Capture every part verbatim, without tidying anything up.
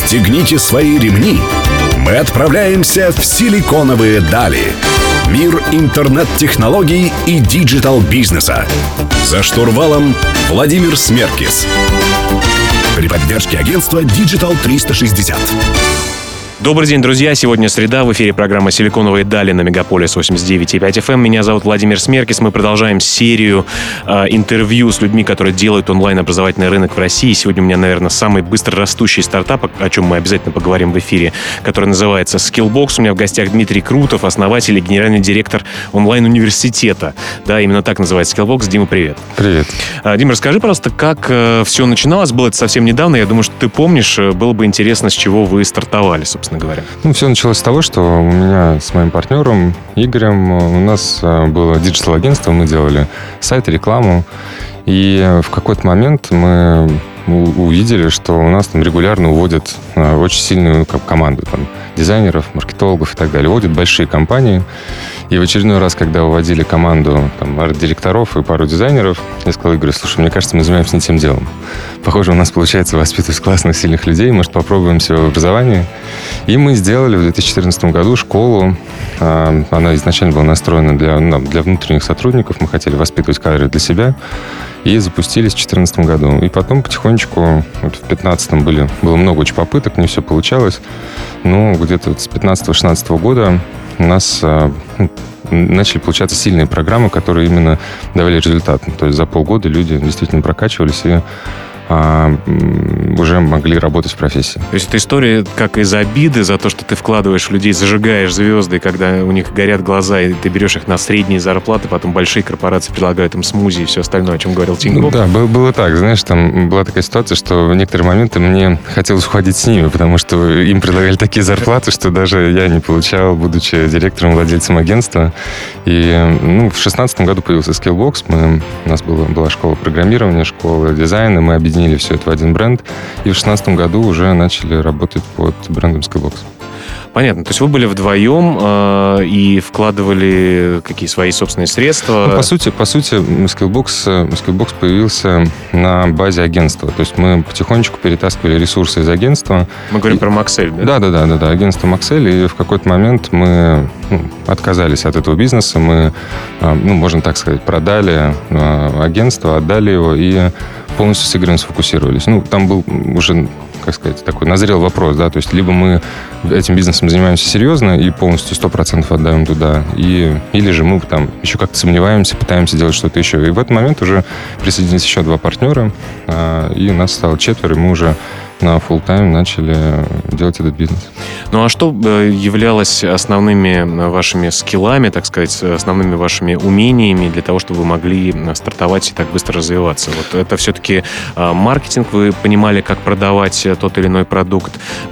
Расстегните свои ремни. Мы отправляемся в силиконовые дали. Мир интернет-технологий и диджитал-бизнеса. За штурвалом Владимир Смеркис. При поддержке агентства Digital триста шестьдесят. Добрый день, друзья. Сегодня среда. В эфире программа «Силиконовые дали» на Мегаполис восемьдесят девять и пять эф эм. Меня зовут Владимир Смеркис. Мы продолжаем серию э, интервью с людьми, которые делают онлайн-образовательный рынок в России. Сегодня у меня, наверное, самый быстрорастущий стартап, о чем мы обязательно поговорим в эфире, который называется Skillbox. У меня в гостях Дмитрий Крутов, основатель и генеральный директор онлайн-университета. Да, именно так называется Skillbox. Дима, привет. Привет. Э, Дима, расскажи, пожалуйста, как э, все начиналось. Было это совсем недавно. Я думаю, что ты помнишь. Было бы интересно, с чего вы стартовали, собственно говоря. Ну, все началось с того, что у меня с моим партнером Игорем у нас было диджитал-агентство, мы делали сайт, рекламу, и в какой-то момент мы увидели, что у нас там регулярно уводят очень сильную команду там, дизайнеров, маркетологов и так далее. Уводят большие компании. И в очередной раз, когда уводили команду там, арт-директоров и пару дизайнеров, я сказал Игорю: слушай, мне кажется, мы занимаемся не тем делом. Похоже, у нас получается воспитывать классных, сильных людей. Может, попробуем себя в образовании. И мы сделали в две тысячи четырнадцатом году школу. Она изначально была настроена для, ну, для внутренних сотрудников. Мы хотели воспитывать кадры для себя. И запустились в две тысячи четырнадцатом году. И потом потихонечку, вот в две тысячи пятнадцатом были, было много очень попыток, не все получалось. Но где-то вот с две тысячи пятнадцатого-шестнадцатого года у нас а, начали получаться сильные программы, которые именно давали результат. То есть за полгода люди действительно прокачивались и а, уже могли работать в профессии. То есть это история как из обиды за то, что ты вкладываешь в людей, зажигаешь звезды, когда у них горят глаза, и ты берешь их на средние зарплаты, потом большие корпорации предлагают им смузи и все остальное, о чем говорил Тинькофф. Ну, да, было, было так. Знаешь, там была такая ситуация, что в некоторые моменты мне хотелось уходить с ними, потому что им предлагали такие зарплаты, что даже я не получал, будучи директором, владельцем агентства. И ну, в шестнадцатом году появился Skillbox. Мы, у нас была, была школа программирования, школа дизайна. Мы объединили все это в один бренд. И в шестнадцатом году уже начали работать под брендом Skillbox. Понятно. То есть вы были вдвоем э, и вкладывали какие свои собственные средства? Ну, по сути, по сути Skillbox, Skillbox появился на базе агентства. То есть мы потихонечку перетаскивали ресурсы из агентства. Мы говорим и... про Maxell, да? Да, да, да, да, да, агентство Maxell. И в какой-то момент мы ну, отказались от этого бизнеса. Мы, ну, можно так сказать, продали агентство, отдали его и полностью с Игорем сфокусировались. Ну, там был уже, как сказать, такой назрел вопрос, да, то есть либо мы этим бизнесом занимаемся серьезно и полностью сто процентов отдаем туда, и, или же мы там еще как-то сомневаемся, пытаемся делать что-то еще. И в этот момент уже присоединились еще два партнера, и нас стало четверо, и мы уже на фулл-тайм начали делать этот бизнес. Ну а что являлось основными вашими скиллами, так сказать, основными вашими умениями для того, чтобы вы могли стартовать и так быстро развиваться? Вот это все-таки маркетинг, вы понимали, как продавать тот или иной продукт,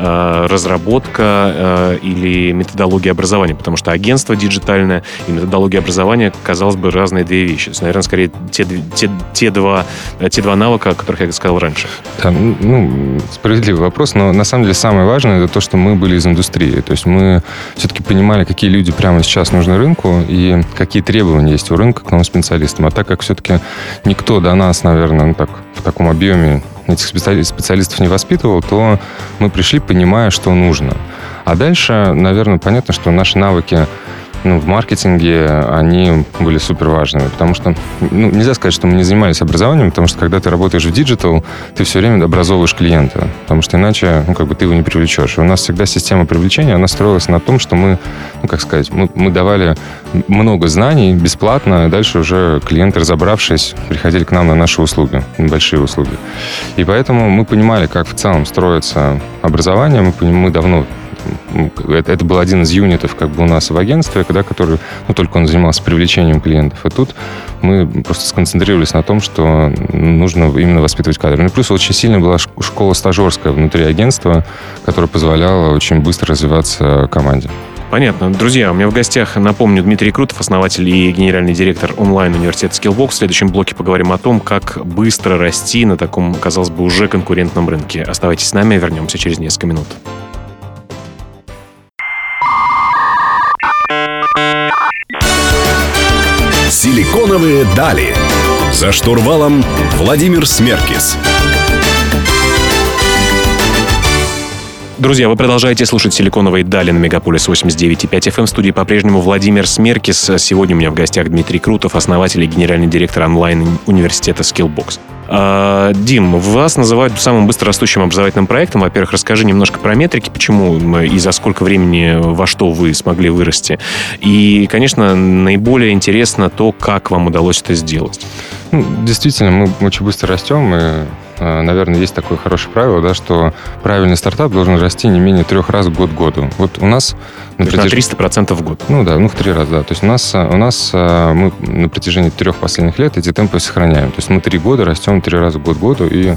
разработка или методология образования? Потому что агентство диджитальное и методология образования, казалось бы, разные две вещи. То есть, наверное, скорее те, те, те, два, те два навыка, о которых я сказал раньше. Да, ну, справедливый вопрос, но на самом деле самое важное это то, что мы были из индустрии. То есть мы все-таки понимали, какие люди прямо сейчас нужны рынку и какие требования есть у рынка к новым специалистам. А так как все-таки никто до нас, наверное, ну, так, в таком объеме этих специалистов не воспитывал, то мы пришли, понимая, что нужно. А дальше, наверное, понятно, что наши навыки ну, в маркетинге, они были супер важными, потому что ну, нельзя сказать, что мы не занимались образованием, потому что когда ты работаешь в диджитал, ты все время образовываешь клиента, потому что иначе ну, как бы ты его не привлечешь. И у нас всегда система привлечения, она строилась на том, что мы, ну, как сказать, мы, мы давали много знаний бесплатно, и дальше уже клиенты, разобравшись, приходили к нам на наши услуги, большие услуги. И поэтому мы понимали, как в целом строится образование, мы, мы давно Это, это был один из юнитов как бы у нас в агентстве, когда, который, ну, только он занимался привлечением клиентов. И тут мы просто сконцентрировались на том, что нужно именно воспитывать кадры. Ну, плюс очень сильно была школа стажерская внутри агентства, которая позволяла очень быстро развиваться команде. Понятно. Друзья, у меня в гостях, напомню, Дмитрий Крутов, основатель и генеральный директор онлайн-университета Skillbox. В следующем блоке поговорим о том, как быстро расти на таком, казалось бы, уже конкурентном рынке. Оставайтесь с нами, вернемся через несколько минут. Силиконовые дали. За штурвалом Владимир Смеркис. Друзья, вы продолжаете слушать «Силиконовые дали» на Мегаполис восемьдесят девять и пять эф эм. В студии по-прежнему Владимир Смеркис. Сегодня у меня в гостях Дмитрий Крутов, основатель и генеральный директор онлайн-университета Skillbox. А, Дим, вас называют самым быстрорастущим образовательным проектом. Во-первых, расскажи немножко про метрики, почему и за сколько времени во что вы смогли вырасти. И, конечно, наиболее интересно то, как вам удалось это сделать. Ну, действительно, мы очень быстро растем, и, наверное, есть такое хорошее правило, да, что правильный стартап должен расти не менее трех раз год к году. Вот у нас... На, протяж... на триста процентов в год. Ну да, ну в три раза, да. То есть у нас, у нас мы на протяжении трех последних лет эти темпы сохраняем. То есть мы три года растем три раза год к году, и,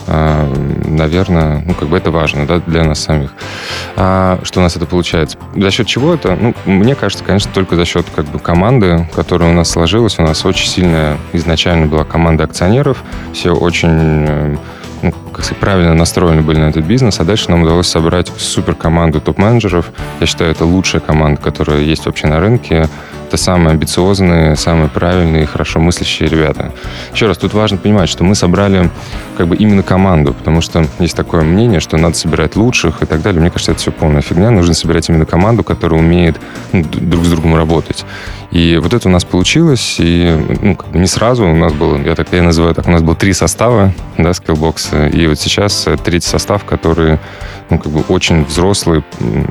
наверное, ну как бы это важно, да, для нас самих. А что у нас это получается? За счет чего это? Ну, мне кажется, конечно, только за счет как бы команды, которая у нас сложилась. У нас очень сильная изначально была команда акционеров. Все очень... ну, как сказать, правильно настроены были на этот бизнес, а дальше нам удалось собрать супер команду топ-менеджеров. Я считаю, это лучшая команда, которая есть вообще на рынке. Это самые амбициозные, самые правильные, хорошо мыслящие ребята. Еще раз, тут важно понимать, что мы собрали как бы именно команду, потому что есть такое мнение, что надо собирать лучших и так далее. Мне кажется, это все полная фигня. Нужно собирать именно команду, которая умеет, ну, друг с другом работать. И вот это у нас получилось, и ну, как бы не сразу у нас было, я так я называю так, у нас было три состава, да, Skillbox, и вот сейчас третий состав, который, ну, как бы очень взрослый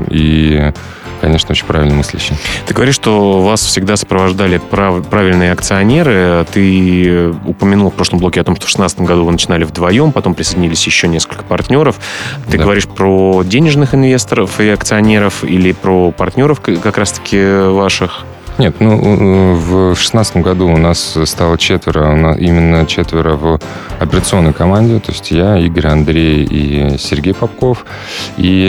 и, конечно, очень правильно мыслящий. Ты говоришь, что вас всегда сопровождали прав... правильные акционеры. Ты упомянул в прошлом блоке о том, что в две тысячи шестнадцатом году вы начинали вдвоем, потом присоединились еще несколько партнеров. Ты да. говоришь про денежных инвесторов и акционеров или про партнеров как раз-таки ваших? Нет, ну, в две тысячи шестнадцатом году у нас стало четверо, у нас именно четверо в операционной команде, то есть я, Игорь, Андрей и Сергей Попков, и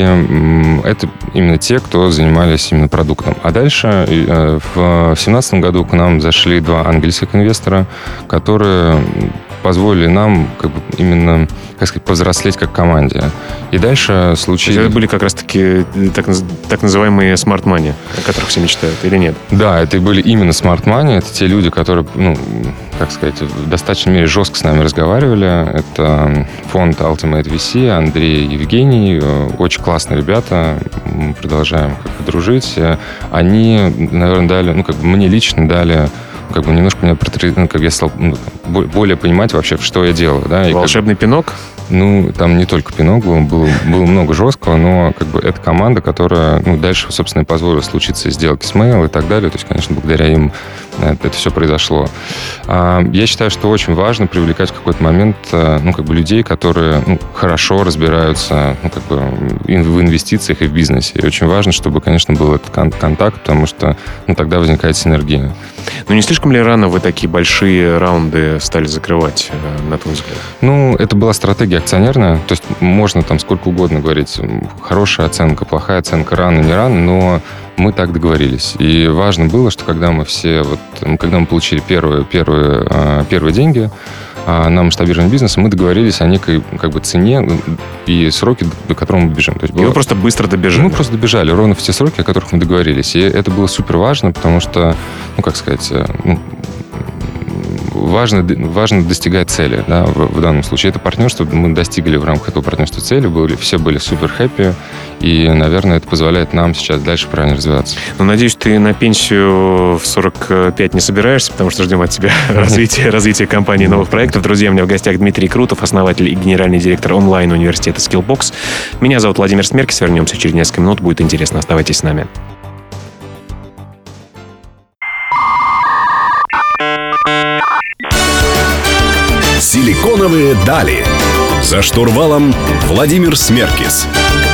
это именно те, кто занимались именно продуктом. А дальше в две тысячи семнадцатом году к нам зашли два ангельских инвестора, которые позволили нам как бы именно, как сказать, повзрослеть как команде. И дальше случилось... Это были как раз-таки так, так называемые smart money, о которых все мечтают, или нет? Да, это были именно smart money. Это те люди, которые, ну, как сказать, в достаточной мере жестко с нами разговаривали. Это фонд Ultimate ви си, Андрей и Евгений. Очень классные ребята. Мы продолжаем как бы дружить. Они, наверное, дали, ну, как бы мне лично дали как бы немножко меня ну, как я стал ну, более понимать вообще, что я делаю. Да? И волшебный как, пинок? Ну, там не только пинок был, было, было много жесткого, но как бы это команда, которая ну, дальше, собственно, и позволила случиться сделки с Mail и так далее. То есть, конечно, благодаря им это, это все произошло. А, я считаю, что очень важно привлекать в какой-то момент ну, как бы людей, которые ну, хорошо разбираются ну, как бы в инвестициях и в бизнесе. И очень важно, чтобы, конечно, был этот кон- контакт, потому что ну, тогда возникает синергия. Ну, не слишком ли рано вы такие большие раунды стали закрывать, на твой взгляд? Ну, это была стратегия акционерная. То есть можно там сколько угодно говорить. Хорошая оценка, плохая оценка, рано, не рано, но мы так договорились. И важно было, что когда мы все, вот, когда мы получили первые, первые, первые деньги на масштабирование бизнеса, мы договорились о некой как бы цене и сроке, до которого мы бежим. То есть было... И вы просто быстро добежали? Мы просто добежали ровно в те сроки, о которых мы договорились. И это было супер важно, потому что, ну, как сказать, ну, важно, важно достигать цели, да, в, в данном случае. Это партнерство, мы достигли в рамках этого партнерства цели, были, все были супер хэппи, и, наверное, это позволяет нам сейчас дальше правильно развиваться. Ну, надеюсь, ты на пенсию в сорок пять не собираешься, потому что ждем от тебя развития, развития компании, новых проектов. Друзья, у меня в гостях Дмитрий Крутов, основатель и генеральный директор онлайн-университета Skillbox. Меня зовут Владимир Смеркис. Вернемся через несколько минут. Будет интересно. Оставайтесь с нами. Силиконовые дали. За штурвалом Владимир Смеркис.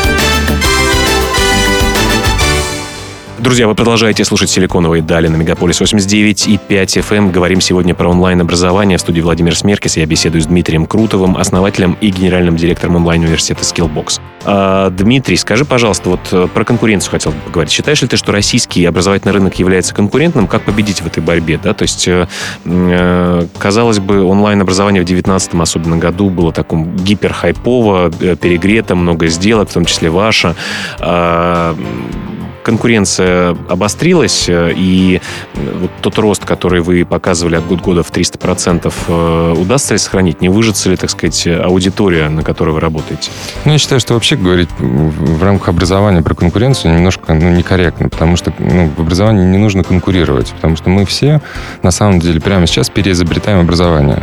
Друзья, вы продолжаете слушать «Силиконовые дали» на Мегаполис восемьдесят девять и пять эф эм. Говорим сегодня про онлайн-образование. В студии Владимир Смеркис. Я беседую с Дмитрием Крутовым, основателем и генеральным директором онлайн-университета Skillbox. А, Дмитрий, скажи, пожалуйста, вот про конкуренцию хотел бы поговорить. Считаешь ли ты, что российский образовательный рынок является конкурентным? Как победить в этой борьбе? Да? То есть, э, казалось бы, онлайн-образование в две тысячи девятнадцатом особенно году было таком гиперхайпово, перегрето, много сделок, в том числе ваша. А, конкуренция обострилась, и вот тот рост, который вы показывали от года к году в триста процентов, удастся ли сохранить? Не выжится ли, так сказать, аудитория, на которой вы работаете? Ну, я считаю, что вообще говорить в рамках образования про конкуренцию немножко ну, некорректно, потому что ну, в образовании не нужно конкурировать, потому что мы все, на самом деле, прямо сейчас переизобретаем образование.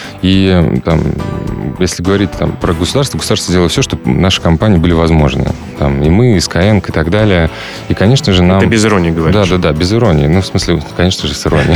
И там, если говорить там, про государство, государство делало все, чтобы наши компании были возможны. Там, и мы, и Skyeng, и так далее. И, конечно же, нам... Это без иронии говоришь? Да, да, да, без иронии. Ну, в смысле, конечно же, с иронией.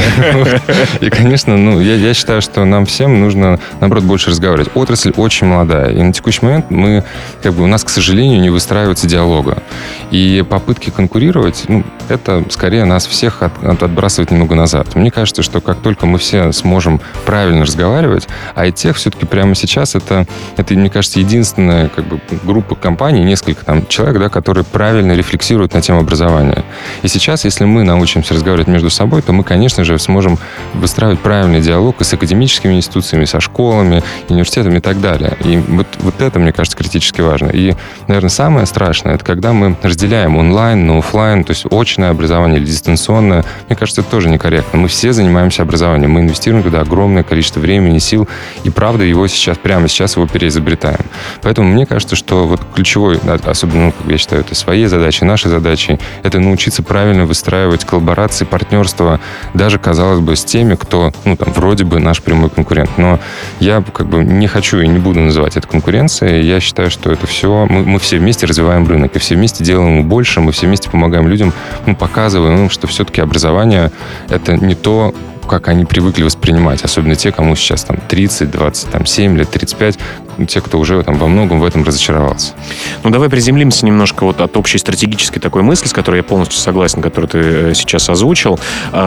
И, конечно, ну, я считаю, что нам всем нужно, наоборот, больше разговаривать. Отрасль очень молодая. И на текущий момент мы, как бы, у нас, к сожалению, не выстраивается диалога. И попытки конкурировать, ну, это скорее нас всех от, от, отбрасывает немного назад. Мне кажется, что как только мы все сможем правильно разговаривать, а iTech все-таки прямо сейчас это, это, мне кажется, единственная как бы, группа компаний, несколько там человек, да, которые правильно рефлексируют на тему образования. И сейчас, если мы научимся разговаривать между собой, то мы, конечно же, сможем выстраивать правильный диалог и с академическими институциями, со школами, университетами и так далее. И вот, вот это, мне кажется, критически важно. И, наверное, самое страшное, это когда мы разделяем онлайн на офлайн, то есть очное образование или дистанционное. Мне кажется, это тоже некорректно. Мы все занимаемся образованием, мы инвестируем туда огромное количество времени, сил, и правда его сейчас, прямо сейчас его переизобретаем. Поэтому мне кажется, что вот ключевой, особенно, ну, как я считаю, это своей задачей, нашей задачей, это научиться правильно выстраивать коллаборации, партнерства, даже, казалось бы, с теми, кто, ну, там, вроде бы наш прямой конкурент. Но я как бы не хочу и не буду называть это конкуренцией. Я считаю, что это все, мы, мы все вместе развиваем рынок, и все вместе делаем ему больше, мы все вместе помогаем людям, ну, показываем им, что все-таки образование — это не то, как они привыкли воспринимать, особенно те, кому сейчас там тридцать, двадцать семь лет, тридцать пять, те, кто уже там во многом в этом разочаровался. Ну, давай приземлимся немножко вот от общей стратегической такой мысли, с которой я полностью согласен, которую ты сейчас озвучил,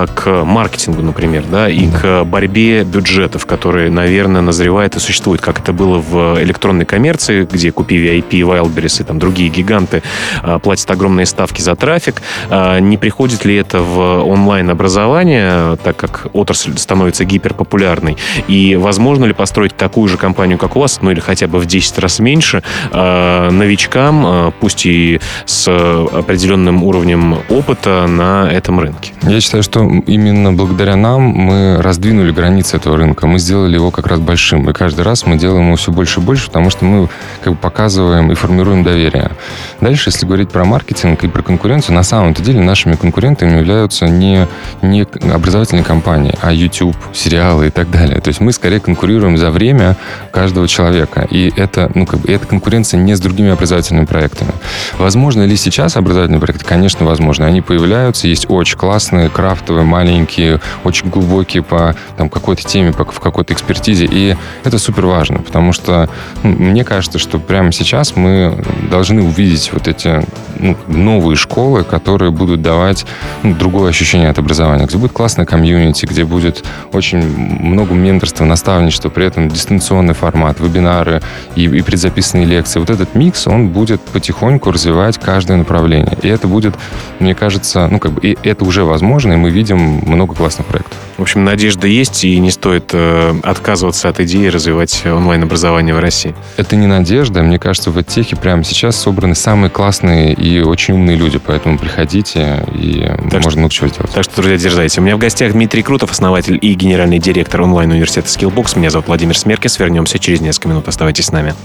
к маркетингу, например, да, и да. к борьбе бюджетов, которые, наверное, назревает и существует, как это было в электронной коммерции, где купи ви ай пи, Wildberries и там другие гиганты платят огромные ставки за трафик. Не приходит ли это в онлайн-образование, так как отрасль становится гиперпопулярной? И возможно ли построить такую же компанию, как у вас, ну или хотя бы в десять раз меньше, э, новичкам, э, пусть и с определенным уровнем опыта на этом рынке? Я считаю, что именно благодаря нам мы раздвинули границы этого рынка. Мы сделали его как раз большим. И каждый раз мы делаем его все больше и больше, потому что мы как бы показываем и формируем доверие. Дальше, если говорить про маркетинг и про конкуренцию, на самом-то деле нашими конкурентами являются не, не образовательные компании, а YouTube, сериалы и так далее. То есть мы скорее конкурируем за время каждого человека. И это, ну, как бы, это конкуренция не с другими образовательными проектами. Возможно ли сейчас образовательные проекты? Конечно, возможно. Они появляются, есть очень классные, крафтовые, маленькие, очень глубокие по там, какой-то теме, по, в какой-то экспертизе. И это супер важно, потому что ну, мне кажется, что прямо сейчас мы должны увидеть вот эти ну, новые школы, которые будут давать ну, другое ощущение от образования, где будет классная комьюнити, где будет очень много менторства, наставничества, при этом дистанционный формат, вебинары и, и предзаписанные лекции. Вот этот микс, он будет потихоньку развивать каждое направление. И это будет, мне кажется, ну как бы, и это уже возможно, и мы видим много классных проектов. В общем, надежда есть, и не стоит э, отказываться от идеи развивать онлайн-образование в России. Это не надежда. Мне кажется, в EdTech прямо сейчас собраны самые классные и очень умные люди, поэтому приходите, и так можно что, много чего сделать. Так что, друзья, дерзайте. У меня в гостях Дмитрий Крутов, основатель и генеральный директор онлайн-университета Skillbox. Меня зовут Владимир Смеркис. Вернемся через несколько минут. Оставайтесь с нами.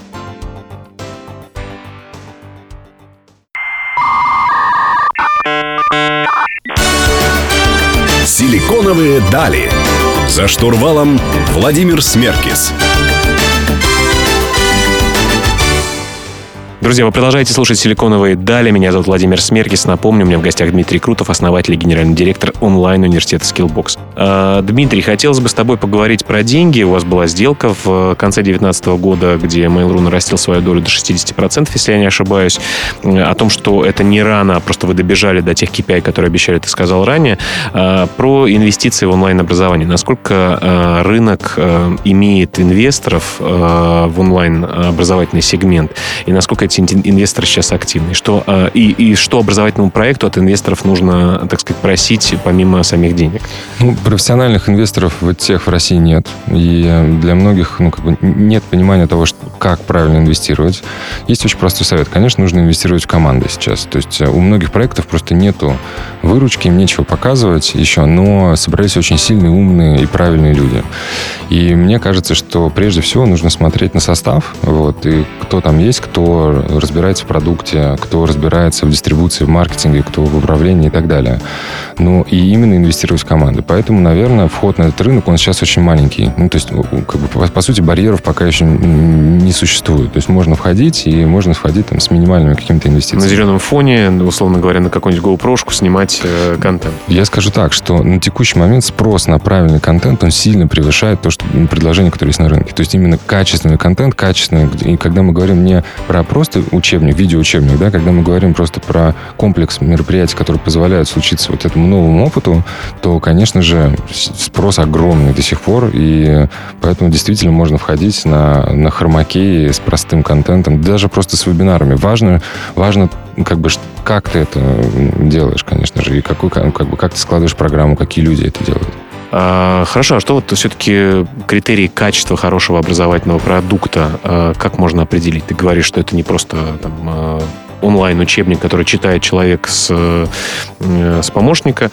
Силиконовые дали. За штурвалом Владимир Смеркис. Друзья, вы продолжаете слушать «Силиконовые дали». Меня зовут Владимир Смеркис. Напомню, у меня в гостях Дмитрий Крутов, основатель и генеральный директор онлайн-университета Skillbox. А, Дмитрий, хотелось бы с тобой поговорить про деньги. У вас была сделка в конце две тысячи девятнадцатого года, где Mail.ru нарастил свою долю до шестьдесят процентов, если я не ошибаюсь. О том, что это не рано, а просто вы добежали до тех кей пи ай, которые обещали, ты сказал ранее. А, про инвестиции в онлайн-образование. Насколько а, рынок а, имеет инвесторов а, в онлайн-образовательный сегмент? И насколько эти эти инвесторы сейчас активны? Что, и, и что образовательному проекту от инвесторов нужно, так сказать, просить помимо самих денег? Ну, профессиональных инвесторов в тех в России нет. И для многих ну, как бы нет понимания того, что, как правильно инвестировать. Есть очень простой совет. Конечно, нужно инвестировать в команды сейчас. То есть у многих проектов просто нету выручки, им нечего показывать еще, но собрались очень сильные, умные и правильные люди. И мне кажется, что прежде всего нужно смотреть на состав, вот, и кто там есть, кто разбирается в продукте, кто разбирается в дистрибуции, в маркетинге, кто в управлении и так далее. Ну, и именно инвестировать в команды. Поэтому, наверное, вход на этот рынок, он сейчас очень маленький. Ну, то есть, как бы, по, по сути, барьеров пока еще не существует. То есть, можно входить, и можно входить там с минимальными какими-то инвестициями. На зеленом фоне, условно говоря, на какую-нибудь GoPro-шку снимать э, контент. Я скажу так, что на текущий момент спрос на правильный контент, он сильно превышает то, что предложение, которое есть на рынке. То есть, именно качественный контент, качественный. И когда мы говорим не про просто учебник, видеоучебник, да, когда мы говорим просто про комплекс мероприятий, которые позволяют случиться вот этому новому опыту, то, конечно же, спрос огромный до сих пор, и поэтому действительно можно входить на, на хромакей с простым контентом, даже просто с вебинарами. Важно, важно как бы, как ты это делаешь, конечно же, и какой, как бы, как ты складываешь программу, какие люди это делают. А, хорошо, а что вот все-таки критерии качества хорошего образовательного продукта, а, как можно определить? Ты говоришь, что это не просто там, онлайн-учебник, который читает человек с, с помощника.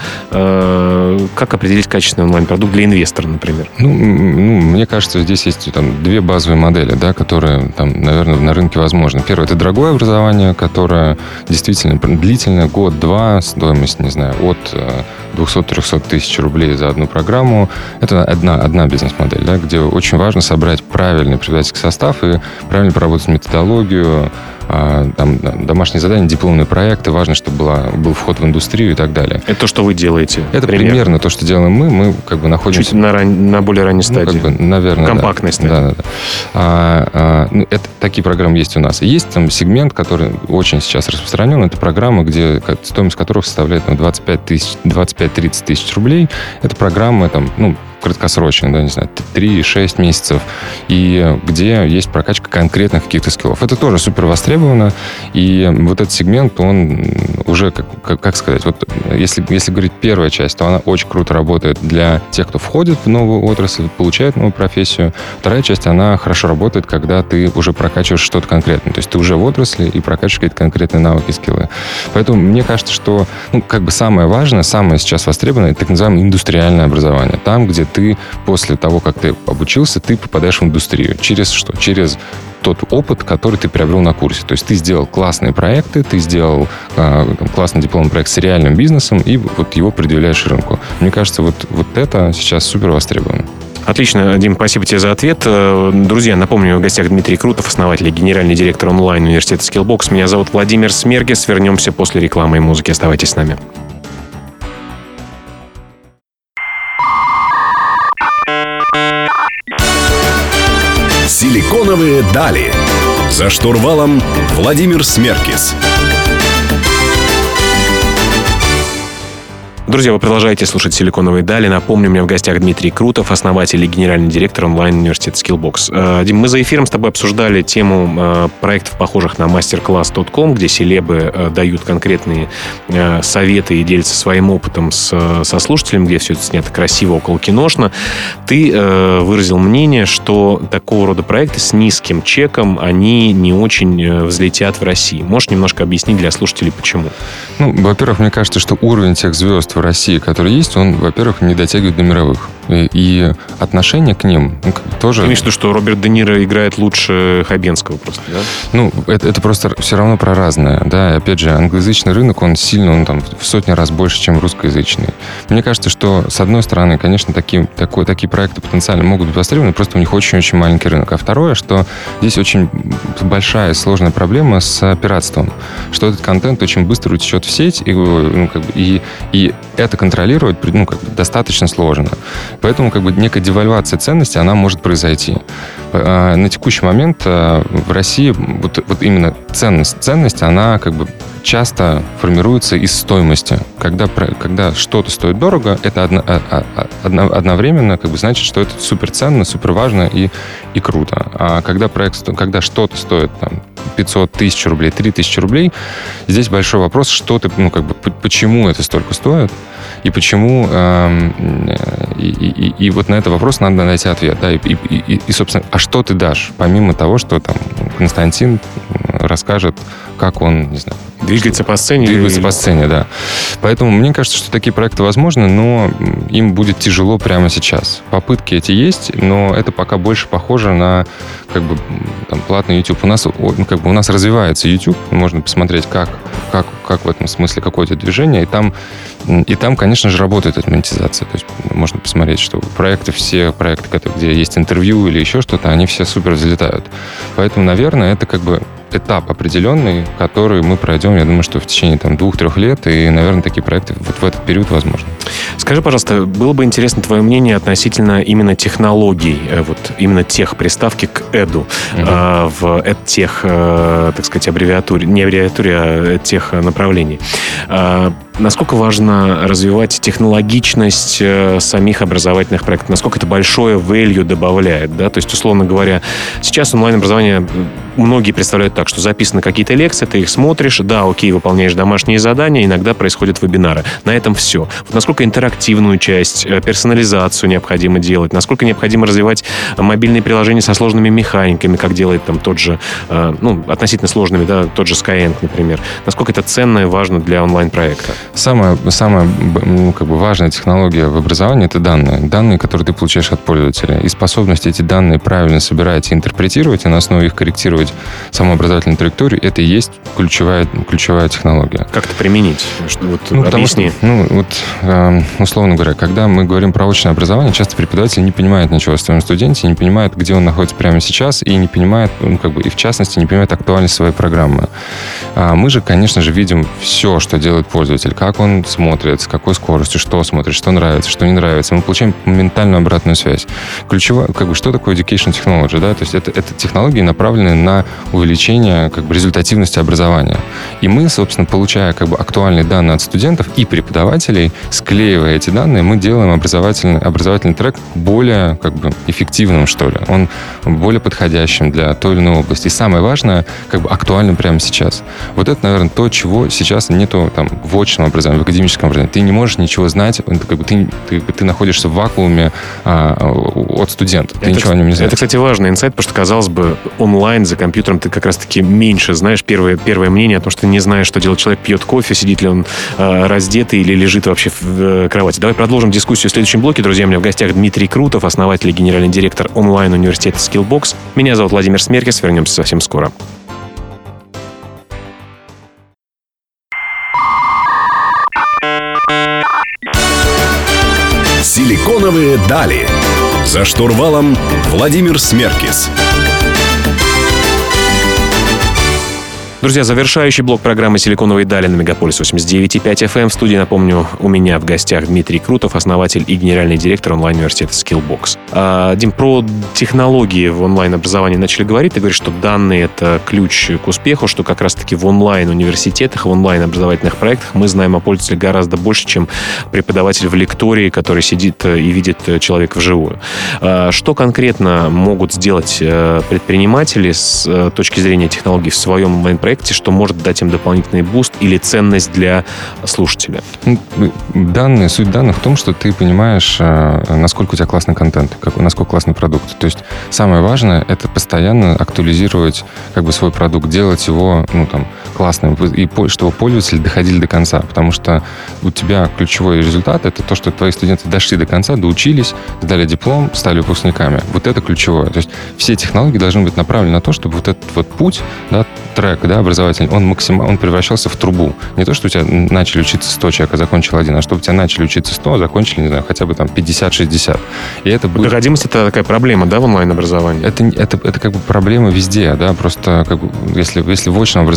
Как определить качественный онлайн-продукт для инвестора, например? Ну, ну, мне кажется, здесь есть там, две базовые модели, да, которые, там, наверное, на рынке возможны. Первое – это дорогое образование, которое действительно длительное, год-два, стоимость, не знаю, от двести-триста тысяч рублей за одну программу. Это одна, одна бизнес-модель, да, где очень важно собрать правильный преподавательский состав и правильно проработать методологию, там, домашние задания, дипломные проекты. Важно, чтобы была, был вход в индустрию и так далее. Это то, что вы делаете? Это примерно, примерно то, что делаем мы. Мы как бы находимся... Чуть на, ран... на более ранней стадии. Ну, как бы, наверное, компактной да. стадии. Да, да, да. А, а, ну, это, такие программы есть у нас. Есть там сегмент, который очень сейчас распространен. Это программы, где стоимость которых составляет ну, двадцать пять тысяч, двадцать пять - тридцать тысяч рублей. Это программы там, ну, краткосрочные, да, не знаю, три-шесть месяцев, и где есть прокачка конкретных каких-то скиллов. Это тоже супер востребовано, и вот этот сегмент, он уже, как, как, как сказать, вот если, если говорить первая часть, то она очень круто работает для тех, кто входит в новую отрасль, получает новую профессию. Вторая часть, она хорошо работает, когда ты уже прокачиваешь что-то конкретное, то есть ты уже в отрасли и прокачиваешь какие-то конкретные навыки, скиллы. Поэтому мне кажется, что ну, как бы самое важное, самое сейчас востребованное, это так называемое индустриальное образование. Там, где ты после того, как ты обучился, ты попадаешь в индустрию. Через что? Через тот опыт, который ты приобрел на курсе. То есть ты сделал классные проекты, ты сделал э, классный дипломный проект с реальным бизнесом, и вот его предъявляешь рынку. Мне кажется, вот, вот это сейчас супер востребовано. Отлично, Дим, спасибо тебе за ответ. Друзья, напомню, в гостях Дмитрий Крутов, основатель и генеральный директор онлайн-университета Skillbox. Меня зовут Владимир Смеркис. Вернемся после рекламы и музыки. Оставайтесь с нами. Силиконовые дали. За штурвалом Владимир Смеркис. Друзья, вы продолжаете слушать «Силиконовые дали». Напомню, у меня в гостях Дмитрий Крутов, основатель и генеральный директор онлайн-университета Skillbox. Дим, мы за эфиром с тобой обсуждали тему проектов, похожих на мастер-класс точка ком, где селебы дают конкретные советы и делятся своим опытом с, со слушателем, где все это снято красиво, около киношно. Ты выразил мнение, что такого рода проекты с низким чеком, они не очень взлетят в России. Можешь немножко объяснить для слушателей, почему? Ну, во-первых, мне кажется, что уровень тех звезд в России, который есть, он, во-первых, не дотягивает до мировых. И, и отношение к ним ну, тоже... Ты имеешь в виду, что Роберт Де Ниро играет лучше Хабенского просто, да? Ну, это, это просто все равно про разное, да. И опять же, англоязычный рынок, он сильно, он там в сотни раз больше, чем русскоязычный. Мне кажется, что, с одной стороны, конечно, такие, такой, такие проекты потенциально могут быть востребованы, просто у них очень-очень маленький рынок. А второе, что здесь очень большая и сложная проблема с пиратством. Что этот контент очень быстро утечет в сеть, и, ну, как бы, и, и это контролировать ну, как бы, достаточно сложно. Поэтому как бы некая девальвация ценности, она может произойти. На текущий момент в России вот, вот именно ценность, ценность, она как бы часто формируется из стоимости. Когда, когда что-то стоит дорого, это одно, одно, одновременно как бы значит, что это суперценно, суперважно и, и круто. А когда, проект, когда что-то стоит там, пятьсот, тысяча рублей, три тысячи рублей. Здесь большой вопрос, что ты, ну, как бы, почему это столько стоит, и почему, э, и, и, и вот на этот вопрос надо найти ответ, да, и, и, и, и, собственно, а что ты дашь, помимо того, что там Константин расскажет, как он, не знаю... Двигается по сцене. Двигается или... по сцене, да. Поэтому мне кажется, что такие проекты возможны, но им будет тяжело прямо сейчас. Попытки эти есть, но это пока больше похоже на как бы там, платный YouTube. У нас, как бы, у нас развивается YouTube, можно посмотреть, как, как, как в этом смысле какое-то движение, и там, и там, конечно же, работает эта монетизация. То есть можно посмотреть, что проекты, все проекты, где есть интервью или еще что-то, они все супер взлетают. Поэтому, наверное, это как бы этап определенный, который мы пройдем, я думаю, что в течение там, двух-трех лет, и, наверное, такие проекты вот в этот период возможны. Скажи, пожалуйста, было бы интересно твое мнение относительно именно технологий, вот именно тех приставки к эду, uh-huh. а, в эдтех, а, так сказать, аббревиатуре, не аббревиатуре, а эдтех направлений. А, насколько важно развивать технологичность э, самих образовательных проектов? Насколько это большое value добавляет? Да? То есть, условно говоря, сейчас онлайн-образование многие представляют так, что записаны какие-то лекции, ты их смотришь, да, окей, выполняешь домашние задания, иногда происходят вебинары. На этом все. Вот насколько интерактивную часть, персонализацию необходимо делать, насколько необходимо развивать мобильные приложения со сложными механиками, как делает там тот же, э, ну, относительно сложными, да, тот же Skyeng, например. Насколько это ценно и важно для онлайн-проекта? Самая, самая ну, как бы важная технология в образовании — это данные. Данные, которые ты получаешь от пользователя. И способность эти данные правильно собирать и интерпретировать, и на основе их корректировать саму образовательную траекторию, это и есть ключевая, ключевая технология. Как это применить? Что, вот, ну, объясни. Что, ну, вот, э, условно говоря, когда мы говорим про очное образование, часто преподаватель не понимает ничего о своем студенте, не понимает, где он находится прямо сейчас, и не понимает, ну, как бы, и в частности, не понимает актуальность своей программы. А мы же, конечно же, видим все, что делает пользователь, как он смотрит, с какой скоростью, что смотрит, что нравится, что не нравится. Мы получаем моментальную обратную связь. Ключевое, как бы, что такое education technology, да? То есть это, это технологии, направленные на увеличение, как бы, результативности образования. И мы, собственно, получая, как бы, актуальные данные от студентов и преподавателей, склеивая эти данные, мы делаем образовательный, образовательный трек более, как бы, эффективным, что ли. Он более подходящим для той или иной области. И самое важное, как бы, актуальным прямо сейчас. Вот это, наверное, то, чего сейчас нету там в очном образовании, в академическом образовании. Ты не можешь ничего знать, как бы, ты, ты, ты находишься в вакууме а, от студента. Ты это, ничего о нем не знаешь. Это, кстати, важный инсайт, потому что, казалось бы, онлайн за компьютером ты как раз-таки меньше знаешь. Первое, первое мнение о том, что ты не знаешь, что делает человек, пьет кофе, сидит ли он э, раздетый или лежит вообще в э, кровати. Давай продолжим дискуссию в следующем блоке. Друзья, у меня в гостях Дмитрий Крутов, основатель и генеральный директор онлайн-университета Skillbox. Меня зовут Владимир Смеркис. Вернемся совсем скоро. Силиконовые дали. За штурвалом Владимир Смеркис. Друзья, завершающий блок программы «Силиконовые дали» на Мегаполис восемьдесят девять и пять эф эм. В студии, напомню, у меня в гостях Дмитрий Крутов, основатель и генеральный директор онлайн-университета Skillbox. А, Дим, про технологии в онлайн-образовании начали говорить. Ты говоришь, что данные — это ключ к успеху, что как раз-таки в онлайн-университетах, в онлайн-образовательных проектах мы знаем о пользователе гораздо больше, чем преподаватель в лектории, который сидит и видит человека вживую. А, что конкретно могут сделать предприниматели с точки зрения технологий в своем онлайн-проекте, что может дать им дополнительный буст или ценность для слушателя? Данные, суть данных в том, что ты понимаешь, насколько у тебя классный контент, насколько классный продукт. То есть самое важное — это постоянно актуализировать, как бы, свой продукт, делать его, ну, там, классным, и чтобы пользователи доходили до конца. Потому что у тебя ключевой результат — это то, что твои студенты дошли до конца, доучились, сдали диплом, стали выпускниками. Вот это ключевое. То есть все технологии должны быть направлены на то, чтобы вот этот вот путь, да, трек, да, образовательный, он максимально, он превращался в трубу. Не то, что у тебя начали учиться сто человек, а закончил один, а чтобы у тебя начали учиться сто, а закончили, не знаю, хотя бы там пятьдесят-шестьдесят. И это будет... Доходимость — это такая проблема, да, в онлайн-образовании? Это, это, это как бы проблема везде, да, просто как бы, если, если в очном образовании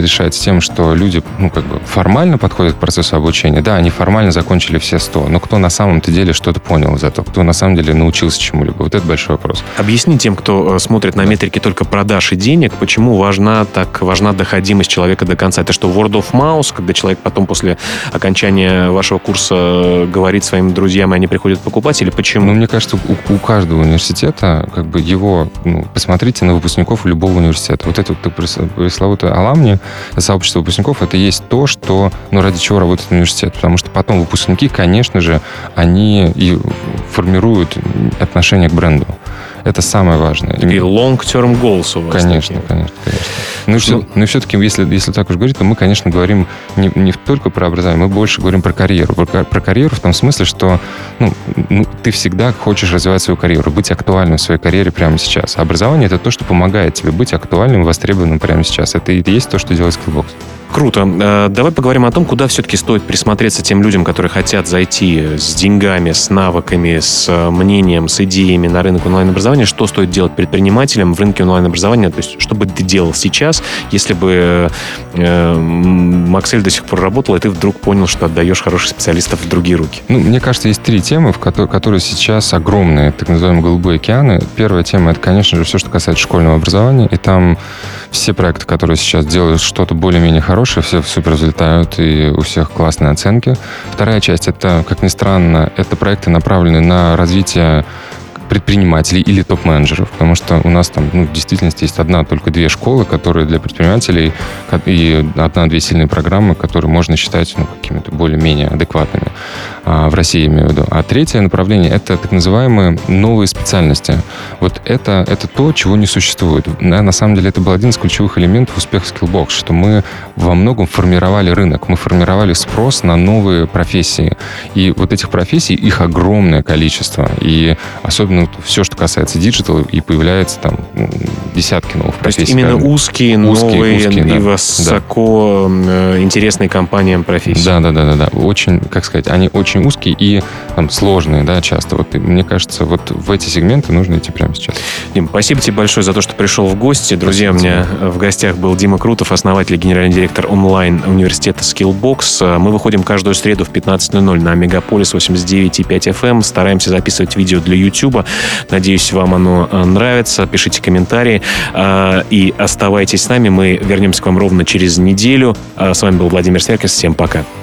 решается тем, что люди, ну, как бы формально подходят к процессу обучения. Да, они формально закончили все сто, но кто на самом-то деле что-то понял из этого, кто на самом деле научился чему-либо? Вот это большой вопрос. Объясни тем, кто смотрит на метрики только продаж и денег, почему важна так важна доходимость человека до конца. Это что, word of mouth, когда человек потом после окончания вашего курса говорит своим друзьям, и они приходят покупать, или почему? Ну, мне кажется, у, у каждого университета, как бы его, ну, посмотрите на выпускников любого университета. Вот это вот пресловутое аламни, сообщество выпускников, это есть то, что, ну, ради чего работает университет. Потому что потом выпускники, конечно же, они и формируют отношение к бренду. Это самое важное. И long-term goals у вас. Конечно, такие. конечно, конечно. Ну, и все, ну и все-таки, если, если так уж говорить, то мы, конечно, говорим не, не только про образование, мы больше говорим про карьеру. Про, про карьеру в том смысле, что ну, ну, ты всегда хочешь развивать свою карьеру, быть актуальным в своей карьере прямо сейчас. А образование — это то, что помогает тебе быть актуальным и востребованным прямо сейчас. Это и есть то, что делает Skillbox. Круто. Давай поговорим о том, куда все-таки стоит присмотреться тем людям, которые хотят зайти с деньгами, с навыками, с мнением, с идеями на рынок онлайн-образования. Что стоит делать предпринимателям в рынке онлайн-образования? То есть, что бы ты делал сейчас, если бы э, Максель до сих пор работал, и ты вдруг понял, что отдаешь хороших специалистов в другие руки? Ну, мне кажется, есть три темы, в которые, которые сейчас огромные, так называемые голубые океаны. Первая тема — это, конечно же, все, что касается школьного образования. И там все проекты, которые сейчас делают что-то более-менее хорошее, все супер взлетают, и у всех классные оценки. Вторая часть — это, как ни странно, это проекты, направленные на развитие предпринимателей или топ-менеджеров, потому что у нас там, ну, в действительности есть одна, только две школы, которые для предпринимателей, и одна-две сильные программы, которые можно считать, ну, какими-то более-менее адекватными а, в России, я имею в виду. А третье направление — это так называемые новые специальности. Вот это, это то, чего не существует. На, на самом деле это был один из ключевых элементов успеха Skillbox, что мы во многом формировали рынок, мы формировали спрос на новые профессии. И вот этих профессий, их огромное количество. И особенно все, что касается диджитала, и появляется там ну, десятки новых профессий. То есть именно узкие, узкие, новые узкие, и да, высоко да. интересные компаниям профессии. Да, да, да, да, да. Очень, как сказать, они очень узкие и там, сложные, да, часто. Вот, и, мне кажется, вот в эти сегменты нужно идти прямо сейчас. Дим, спасибо тебе большое за то, что пришел в гости. Друзья, спасибо. У меня в гостях был Дима Крутов, основатель и генеральный директор онлайн-университета Skillbox. Мы выходим каждую среду в пятнадцать ноль ноль на Мегаполис восемьдесят девять и пять эф эм. Стараемся записывать видео для YouTube. Надеюсь, вам оно нравится. Пишите комментарии и оставайтесь с нами. Мы вернемся к вам ровно через неделю. С вами был Владимир Смеркис. Всем пока.